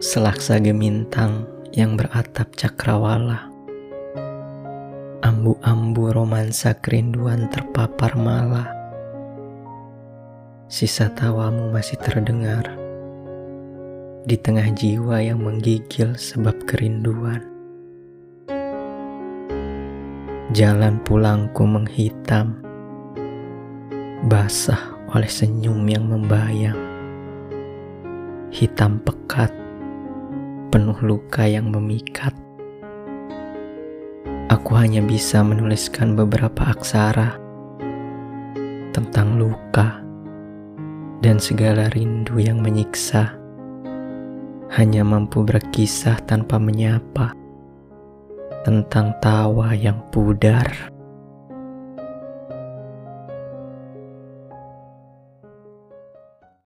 selaksa gemintang yang beratap cakrawala. Ambu-ambu romansa kerinduan terpapar malah. Sisa tawamu masih terdengar di tengah jiwa yang menggigil sebab kerinduan. Jalan pulangku menghitam, basah oleh senyum yang membayang. Hitam pekat, penuh luka yang memikat. Aku hanya bisa menuliskan beberapa aksara tentang luka dan segala rindu yang menyiksa. Hanya mampu berkisah tanpa menyapa tentang tawa yang pudar.